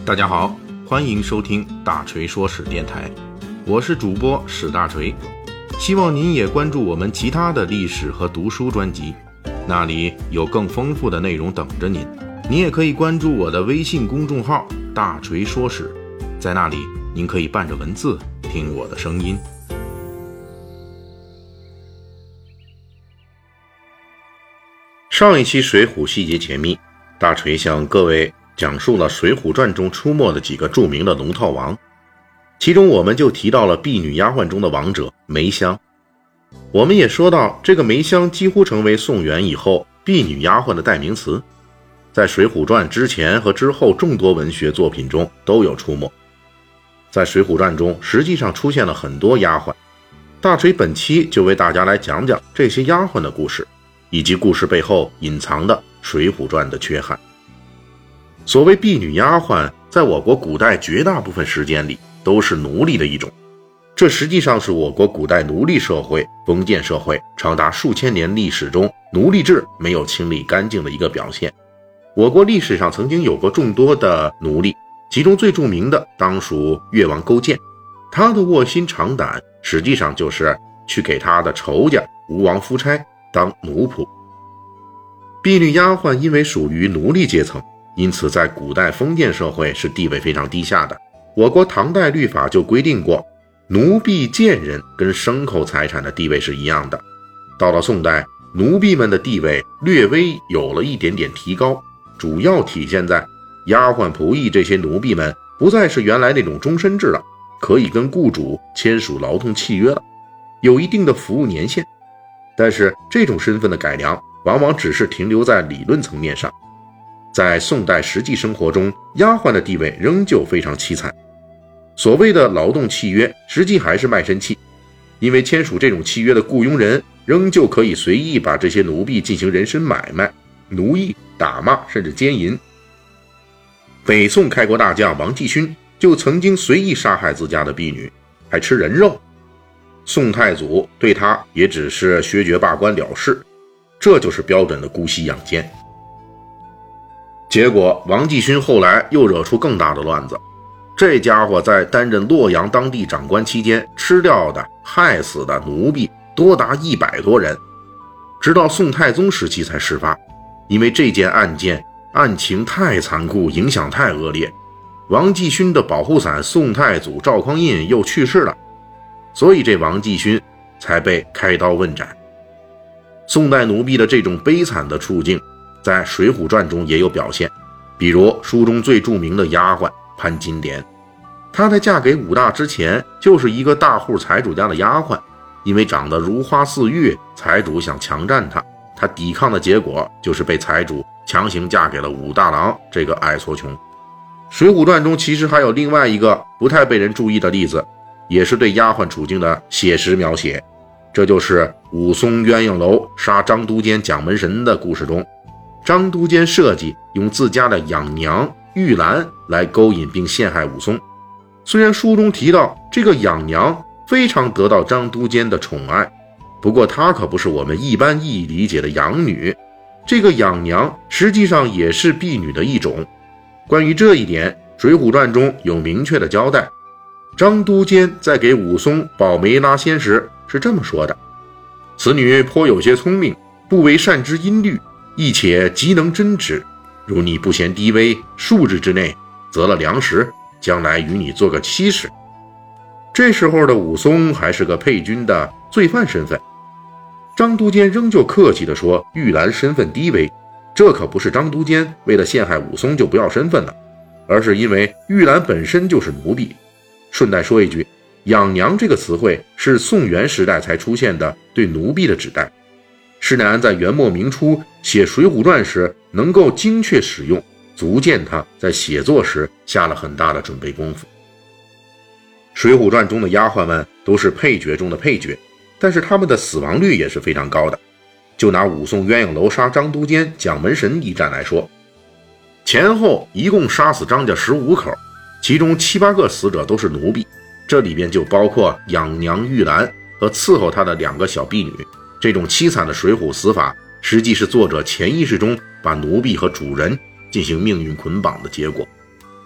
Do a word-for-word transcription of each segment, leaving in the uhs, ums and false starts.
大家好，欢迎收听大锤说史电台，我是主播史大锤，希望您也关注我们其他的历史和读书专辑，那里有更丰富的内容等着您。您也可以关注我的微信公众号大锤说史，在那里您可以伴着文字听我的声音。上一期水浒细节解密，大锤向各位讲述了水浒传中出没的几个著名的龙套王，其中我们就提到了婢女丫鬟中的王者梅香。我们也说到，这个梅香几乎成为宋元以后婢女丫鬟的代名词，在水浒传之前和之后众多文学作品中都有出没。在水浒传中实际上出现了很多丫鬟，大锤本期就为大家来讲讲这些丫鬟的故事，以及故事背后隐藏的水浒传的缺憾。所谓婢女丫鬟，在我国古代绝大部分时间里都是奴隶的一种，这实际上是我国古代奴隶社会、封建社会长达数千年历史中奴隶制没有清理干净的一个表现。我国历史上曾经有过众多的奴隶，其中最著名的当属越王勾践，他的卧薪尝胆实际上就是去给他的仇家吴王夫差当奴仆。婢女丫鬟因为属于奴隶阶层，因此在古代封建社会是地位非常低下的。我国唐代律法就规定过，奴婢贱人跟牲口财产的地位是一样的。到了宋代，奴婢们的地位略微有了一点点提高，主要体现在丫鬟仆役这些奴婢们不再是原来那种终身制了，可以跟雇主签署劳动契约了，有一定的服务年限。但是这种身份的改良往往只是停留在理论层面上，在宋代实际生活中，丫鬟的地位仍旧非常凄惨。所谓的劳动契约实际还是卖身契，因为签署这种契约的雇佣人仍旧可以随意把这些奴婢进行人身买卖、奴役、打骂甚至奸淫。北宋开国大将王继勋就曾经随意杀害自家的婢女，还吃人肉。宋太祖对他也只是削爵罢官了事，这就是标准的姑息养奸。结果王继勋后来又惹出更大的乱子，这家伙在担任洛阳当地长官期间，吃掉的害死的奴婢多达一百多人，直到宋太宗时期才事发。因为这件案件案情太残酷，影响太恶劣，王继勋的保护伞宋太祖赵匡胤又去世了，所以这王继勋才被开刀问斩。宋代奴婢的这种悲惨的处境在水浒传中也有表现，比如书中最著名的丫鬟潘金莲，她在嫁给武大之前就是一个大户财主家的丫鬟，因为长得如花似玉，财主想强占她，她抵抗的结果就是被财主强行嫁给了武大郎这个矮矬穷。水浒传中其实还有另外一个不太被人注意的例子，也是对丫鬟处境的写实描写，这就是武松鸳鸯楼杀张都监蒋门神的故事中，张都监设计用自家的养娘玉兰来勾引并陷害武松。虽然书中提到这个养娘非常得到张都监的宠爱，不过她可不是我们一般意义理解的养女，这个养娘实际上也是婢女的一种。关于这一点，水浒传中有明确的交代。张都监在给武松保媒拉纤时是这么说的：此女颇有些聪明，不为善知音律，亦且极能针织，如你不嫌低微，数日之内择了良时，将来与你做个妻室。这时候的武松还是个配军的罪犯身份，张都监仍旧客气地说玉兰身份低微，这可不是张都监为了陷害武松就不要身份了，而是因为玉兰本身就是奴婢。顺带说一句，养娘这个词汇是宋元时代才出现的对奴婢的指代，施耐庵在元末明初写水浒传时能够精确使用，足见他在写作时下了很大的准备功夫。水浒传中的丫鬟们都是配角中的配角，但是他们的死亡率也是非常高的。就拿武松鸳鸯楼杀张都监蒋门神一战来说，前后一共杀死张家十五口，其中七八个死者都是奴婢，这里边就包括养娘玉兰和伺候她的两个小婢女。这种凄惨的水浒死法实际是作者潜意识中把奴婢和主人进行命运捆绑的结果。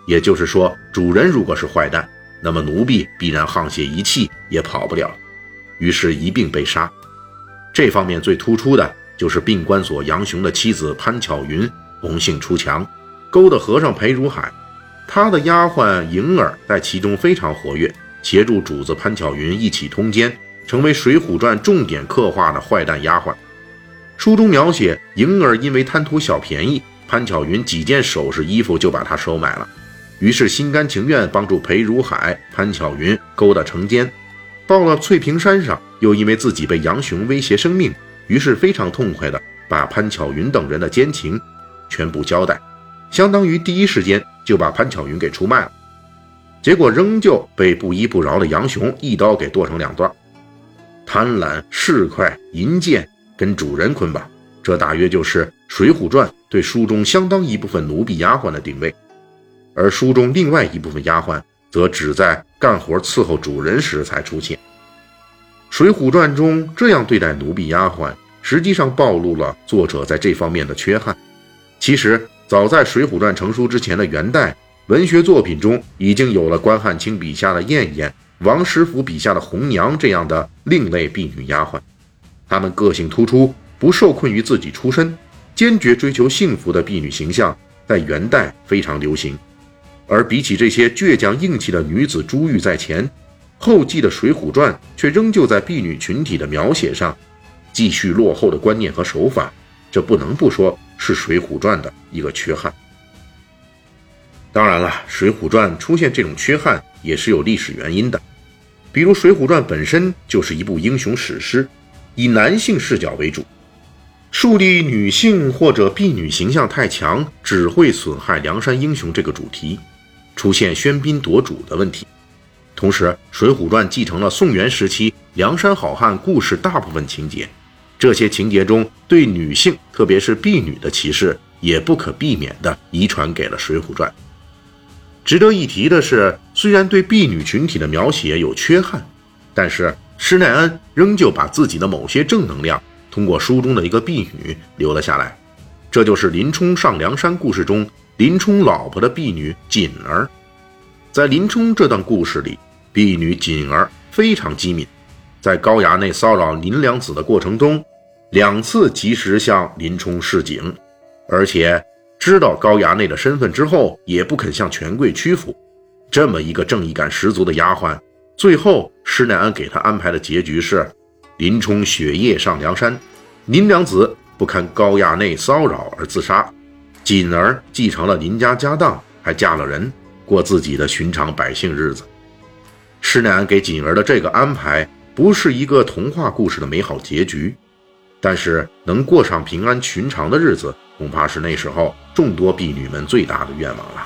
也就是说，主人如果是坏蛋，那么奴婢必然沆瀣一气，也跑不了，于是一并被杀。这方面最突出的就是病关索杨雄的妻子潘巧云红杏出墙，勾搭和尚裴如海，他的丫鬟莹儿在其中非常活跃，协助主子潘巧云一起通奸，成为《水浒传》重点刻画的坏蛋丫鬟。书中描写莹儿因为贪图小便宜，潘巧云几件首饰衣服就把她收买了，于是心甘情愿帮助裴如海、潘巧云勾搭成奸。到了翠屏山上，又因为自己被杨雄威胁生命，于是非常痛快地把潘巧云等人的奸情全部交代，相当于第一时间就把潘巧云给出卖了。结果仍旧被不依不饶的杨雄一刀给剁成两段。贪婪、市侩、淫贱，跟主人捆绑，这大约就是《水浒传》对书中相当一部分奴婢丫鬟的定位。而书中另外一部分丫鬟则只在干活伺候主人时才出现。《水浒传》中这样对待奴婢丫鬟，实际上暴露了作者在这方面的缺憾。其实早在《水浒传》成书之前的元代，文学作品中已经有了关汉卿笔下的燕燕、王实甫笔下的红娘这样的另类婢女丫鬟。她们个性突出，不受困于自己出身，坚决追求幸福的婢女形象在元代非常流行。而比起这些倔强硬气的女子珠玉在前，后继的《水浒传》却仍旧在婢女群体的描写上继续落后的观念和手法，这不能不说是《水浒传》的一个缺憾。当然了，《水浒传》出现这种缺憾也是有历史原因的，比如《水浒传》本身就是一部英雄史诗，以男性视角为主，树立女性或者婢女形象太强，只会损害梁山英雄这个主题，出现喧宾夺主的问题。同时，《水浒传》继承了宋元时期梁山好汉故事大部分情节，这些情节中对女性，特别是婢女的歧视，也不可避免地遗传给了《水浒传》。值得一提的是，虽然对婢女群体的描写有缺憾，但是施耐庵仍旧把自己的某些正能量通过书中的一个婢女留了下来，这就是林冲上梁山故事中林冲老婆的婢女锦儿。在林冲这段故事里，婢女锦儿非常机敏，在高衙内骚扰林娘子的过程中，两次及时向林冲示警，而且知道高衙内的身份之后，也不肯向权贵屈服。这么一个正义感十足的丫鬟，最后施耐庵给他安排的结局是林冲雪夜上梁山，林娘子不堪高衙内骚扰而自杀，锦儿继承了林家家当，还嫁了人，过自己的寻常百姓日子。施耐庵给锦儿的这个安排不是一个童话故事的美好结局，但是能过上平安寻常的日子，恐怕是那时候众多婢女们最大的愿望了。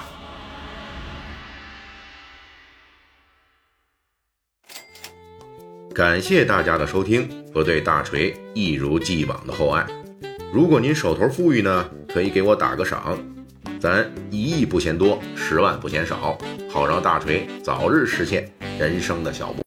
感谢大家的收听和对大锤一如既往的厚爱。如果您手头富裕呢，可以给我打个赏，咱一亿不嫌多，十万不嫌少，好让大锤早日实现人生的小目标。